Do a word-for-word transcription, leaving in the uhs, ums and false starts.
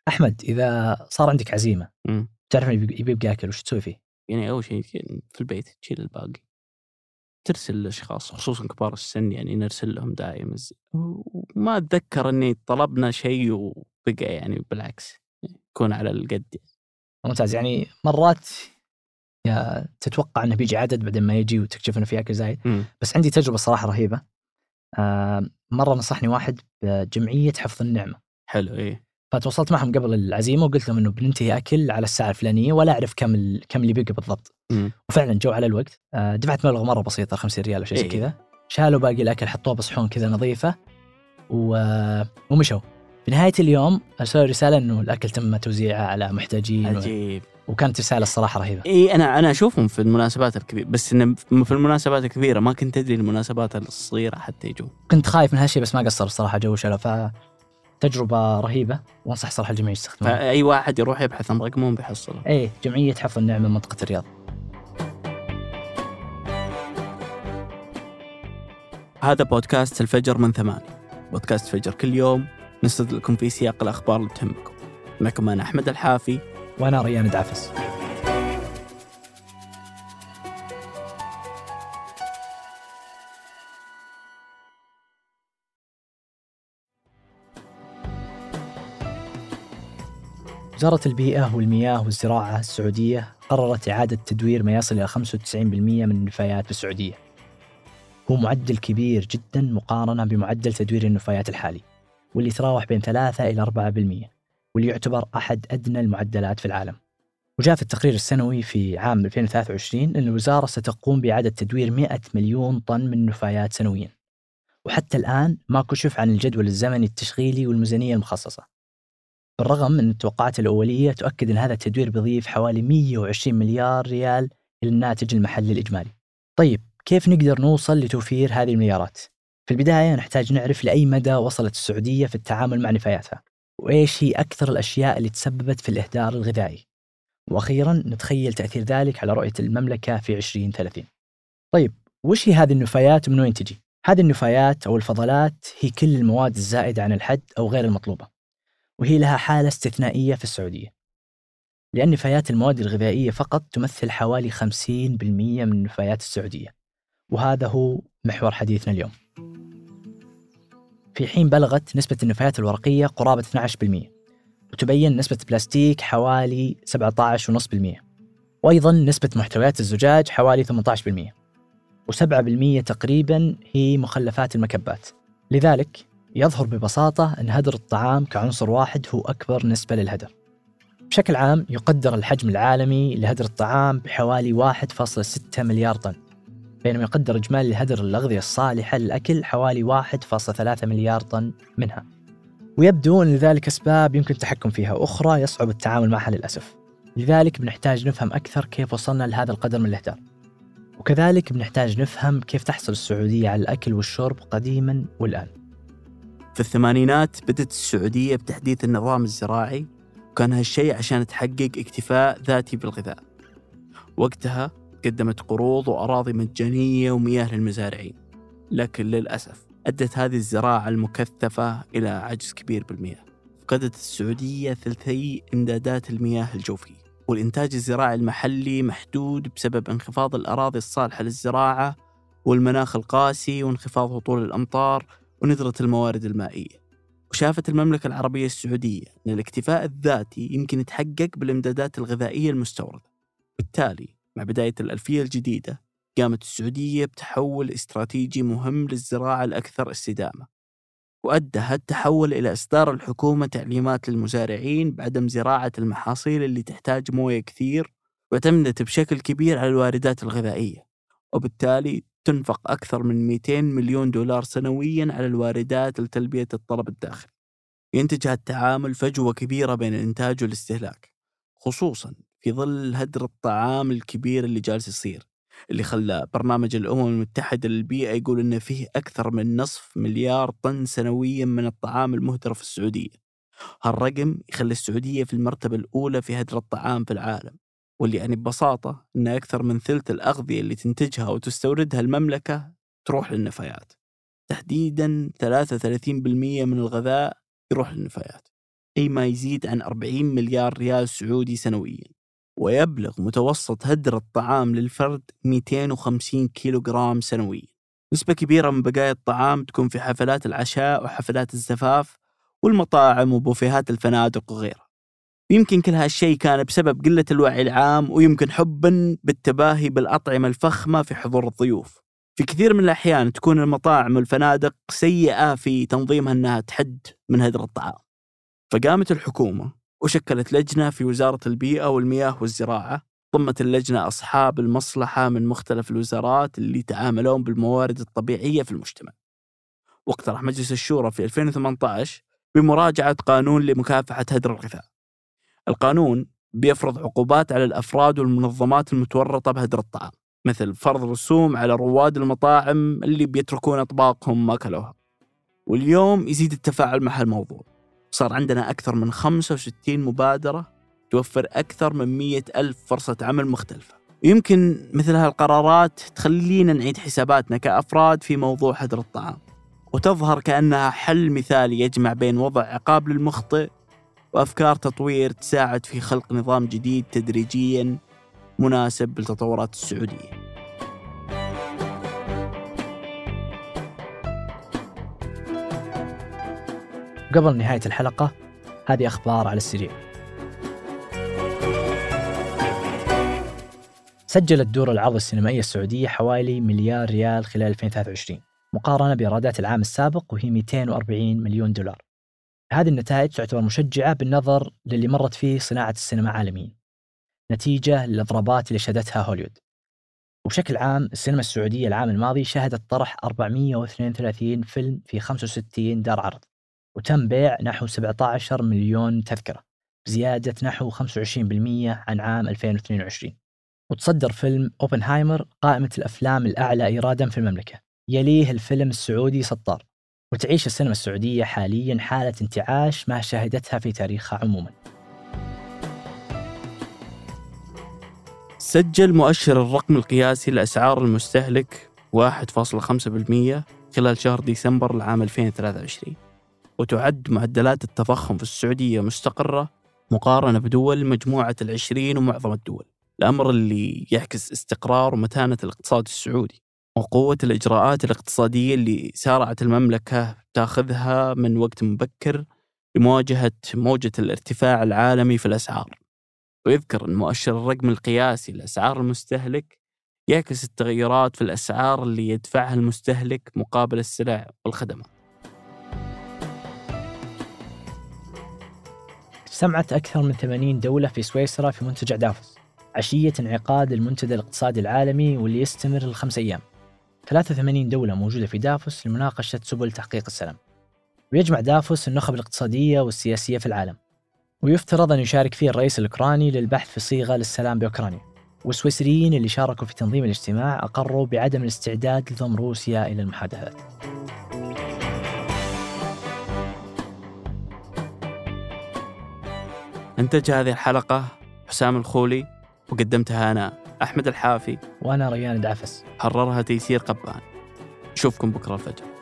أحمد، إذا صار عندك عزيمة مم. تعرف إنه يبي يبي يبقى أكل، وش تسوي فيه؟ يعني أول شيء في البيت تشيل الباقي، ترسل الأشخاص خصوصا كبار السن، يعني نرسل لهم دائما. وما أتذكر أني طلبنا شيء وبقى، يعني بالعكس يكون على القد. ممتاز. يعني مرات يا تتوقع أنه بيجي عدد بعدين ما يجي وتكتشف إنه في أكل زايد. مم. بس عندي تجربة صراحة رهيبة. آه مرة نصحني واحد بجمعية حفظ النعمة، حلو. إيه فتواصلت معهم قبل العزيمة وقلت لهم إنه بننتهي أكل على الساعة الفلانية ولا أعرف كم ال... كم اللي بقى بالضبط. مم. وفعلا جو على الوقت. آه دفعت مبلغ مرة بسيطة، خمسين ريال أو شيء زي إيه كذا. شالوا باقي الأكل حطوه بصحون كذا نظيفة و... ومشوا. في نهاية اليوم أرسلوا رسالة إنه الأكل تم توزيعه على محتاجين و... عجيب. وكانت رسالة الصراحة رهيبة. إيه أنا أنا أشوفهم في المناسبات الكبيرة، بس إن في المناسبات الكبيرة ما كنت أدري المناسبات الصغيرة حتى يجوا. كنت خايف من هالشيء بس ما قصر الصراحة، جو شلو. فتجربة رهيبة وأنصح صراحة الجميع يستخدمونها. فأي واحد يروح يبحث عن رقمهم بيحصله. إيه، جمعية حفظ النعمة من منطقة الرياض. هذا بودكاست الفجر من ثمانية، بودكاست فجر كل يوم نسرد لكم في سياق الأخبار اللي تهمكم. معكم أنا أحمد الحافي، وأنا ريان دعفس. وزارة البيئة والمياه والزراعة السعودية قررت إعادة تدوير ما يصل إلى خمسة وتسعين بالمئة من النفايات في السعودية. هو معدل كبير جدا مقارنة بمعدل تدوير النفايات الحالي، واللي يتراوح بين ثلاثة إلى أربعة بالمئة، واللي يعتبر أحد أدنى المعدلات في العالم. وجاء في التقرير السنوي في عام ألفين وثلاثة وعشرين أن الوزارة ستقوم بإعادة تدوير مئة مليون طن من النفايات سنويا، وحتى الآن ما كشف عن الجدول الزمني التشغيلي والميزانية المخصصة، بالرغم من التوقعات الأولية تؤكد أن هذا التدوير بيضيف حوالي مئة وعشرين مليار ريال إلى الناتج المحلي الإجمالي. طيب، كيف نقدر نوصل لتوفير هذه المليارات؟ في البداية نحتاج نعرف لأي مدى وصلت السعودية في التعامل مع نفاياتها، وإيش هي أكثر الأشياء اللي تسببت في الإهدار الغذائي، وأخيراً نتخيل تأثير ذلك على رؤية المملكة في عشرين ثلاثين. طيب، وش هي هذه النفايات ومن وين تجي؟ هذه النفايات أو الفضلات هي كل المواد الزائدة عن الحد أو غير المطلوبة، وهي لها حالة استثنائية في السعودية، لأن نفايات المواد الغذائية فقط تمثل حوالي خمسين بالمئة من نفايات السعودية، وهذا هو محور حديثنا اليوم. في حين بلغت نسبة النفايات الورقية قرابة اثني عشر بالمئة، وتبين نسبة البلاستيك حوالي سبعة عشر فاصلة خمسة بالمئة، وأيضا نسبة محتويات الزجاج حوالي ثمانية عشر بالمئة، وسبعة بالمئة تقريبا هي مخلفات المكبات. لذلك يظهر ببساطة أن هدر الطعام كعنصر واحد هو أكبر نسبة للهدر. بشكل عام يقدر الحجم العالمي لهدر الطعام بحوالي واحد فاصلة ستة مليار طن، بينما يقدر إجمالي هدر الأغذية الصالحة للأكل حوالي واحد فاصلة ثلاثة مليار طن منها. ويبدو أن لذلك أسباب يمكن التحكم فيها، وأخرى يصعب التعامل معها للأسف. لذلك بنحتاج نفهم أكثر كيف وصلنا لهذا القدر من الإهدار، وكذلك بنحتاج نفهم كيف تحصل السعودية على الأكل والشرب قديما والآن. في الثمانينات بدأت السعودية بتحديث النظام الزراعي، وكان هالشيء عشان تحقق اكتفاء ذاتي بالغذاء. وقتها قدمت قروض وأراضي مجانية ومياه للمزارعين، لكن للأسف أدت هذه الزراعة المكثفة إلى عجز كبير بالمياه. فقدت السعودية ثلثي إمدادات المياه الجوفية، والإنتاج الزراعي المحلي محدود بسبب انخفاض الأراضي الصالحة للزراعة والمناخ القاسي وانخفاض هطول الأمطار وندرة الموارد المائية. وشافت المملكة العربية السعودية أن الاكتفاء الذاتي يمكن يتحقق بالإمدادات الغذائية المستوردة. بالتالي مع بداية الألفية الجديدة قامت السعودية بتحول استراتيجي مهم للزراعة الأكثر استدامة، وأدى هالتحول إلى إصدار الحكومة تعليمات للمزارعين بعدم زراعة المحاصيل اللي تحتاج موية كثير واعتمدت بشكل كبير على الواردات الغذائية، وبالتالي تنفق أكثر من مئتين مليون دولار سنوياً على الواردات لتلبية الطلب الداخلي. ينتج هالتعامل فجوة كبيرة بين الإنتاج والاستهلاك، خصوصاً في ظل هدر الطعام الكبير اللي جالس يصير، اللي خلى برنامج الأمم المتحدة للبيئة يقول إن فيه أكثر من نصف مليار طن سنوياً من الطعام المهدر في السعودية. هالرقم يخلي السعودية في المرتبة الأولى في هدر الطعام في العالم، واللي يعني ببساطة إن أكثر من ثلث الأغذية اللي تنتجها وتستوردها المملكة تروح للنفايات، تحديداً ثلاثة وثلاثين بالمئة من الغذاء يروح للنفايات. أي ما يزيد عن أربعين مليار ريال سعودي سنويا. ويبلغ متوسط هدر الطعام للفرد مئتين وخمسين كيلوغرام سنويا. نسبة كبيرة من بقايا الطعام تكون في حفلات العشاء وحفلات الزفاف والمطاعم وبوفيهات الفنادق وغيرها. يمكن كل هالشيء كان بسبب قلة الوعي العام، ويمكن حبا بالتباهي بالأطعمة الفخمة في حضور الضيوف. في كثير من الأحيان تكون المطاعم والفنادق سيئة في تنظيمها أنها تحد من هدر الطعام. فقامت الحكومة وشكلت لجنة في وزارة البيئة والمياه والزراعة، ضمت اللجنة أصحاب المصلحة من مختلف الوزارات اللي يتعاملون بالموارد الطبيعية في المجتمع. واقترح مجلس الشورى في ألفين وثمانية عشر بمراجعة قانون لمكافحة هدر الغذاء. القانون بيفرض عقوبات على الأفراد والمنظمات المتورطة بهدر الطعام، مثل فرض رسوم على رواد المطاعم اللي بيتركون أطباقهم ما أكلوها. واليوم يزيد التفاعل مع هالموضوع، صار عندنا أكثر من خمسة وستين مبادرة توفر أكثر من مئة ألف فرصة عمل مختلفة. يمكن مثل هالقرارات تخلينا نعيد حساباتنا كأفراد في موضوع هدر الطعام، وتظهر كأنها حل مثالي يجمع بين وضع عقاب للمخطئ وأفكار تطوير تساعد في خلق نظام جديد تدريجياً مناسب للتطورات السعودية. قبل نهاية الحلقة هذه أخبار على السريع. سجلت دور العرض السينمائية السعودية حوالي مليار ريال خلال ألفين وثلاثة وعشرين، مقارنة بإيرادات العام السابق وهي مئتين وأربعين مليون دولار. هذه النتائج تعتبر مشجعة بالنظر للي مرت فيه صناعة السينما عالميا، نتيجة للإضرابات اللي شهدتها هوليوود. وبشكل عام السينما السعودية العام الماضي شهدت طرح أربعمئة واثنين وثلاثين فيلم في خمسة وستين دار عرض، وتم بيع نحو سبعة عشر مليون تذكرة، بزيادة نحو خمسة وعشرين بالمئة عن عام ألفين واثنين وعشرين. وتصدر فيلم أوبنهايمر قائمة الأفلام الأعلى إيراداً في المملكة، يليه الفيلم السعودي سطار. وتعيش السينما السعودية حالياً حالة انتعاش ما شهدتها في تاريخها عموماً. سجل مؤشر الرقم القياسي لأسعار المستهلك واحد فاصلة خمسة بالمئة خلال شهر ديسمبر العام ألفين وثلاثة وعشرين، وتعد معدلات التضخم في السعودية مستقرة مقارنة بدول مجموعة العشرين ومعظم الدول، الأمر اللي يعكس استقرار ومتانة الاقتصاد السعودي وقوة الإجراءات الاقتصادية اللي سارعت المملكة تاخذها من وقت مبكر لمواجهة موجة الارتفاع العالمي في الأسعار. ويذكر أن مؤشر الرقم القياسي لأسعار المستهلك يعكس التغيرات في الأسعار اللي يدفعها المستهلك مقابل السلع والخدمات. اجتمعت أكثر من ثمانين دولة في سويسرا في منتجع دافوس عشية انعقاد المنتدى الاقتصادي العالمي واللي يستمر لخمس أيام. ثلاثة وثمانين دولة موجودة في دافوس لمناقشة سبل تحقيق السلام. ويجمع دافوس النخب الاقتصادية والسياسية في العالم، ويفترض أن يشارك فيه الرئيس الأوكراني للبحث في صيغة للسلام بأوكرانيا. والسويسريين اللي شاركوا في تنظيم الاجتماع أقروا بعدم الاستعداد لضم روسيا إلى المحادثات. أنتج هذه الحلقة حسام الخولي، وقدمتها أنا أحمد الحافي، وأنا ريان دعفس. حررها تيسير قبان. نشوفكم بكرة الفجر.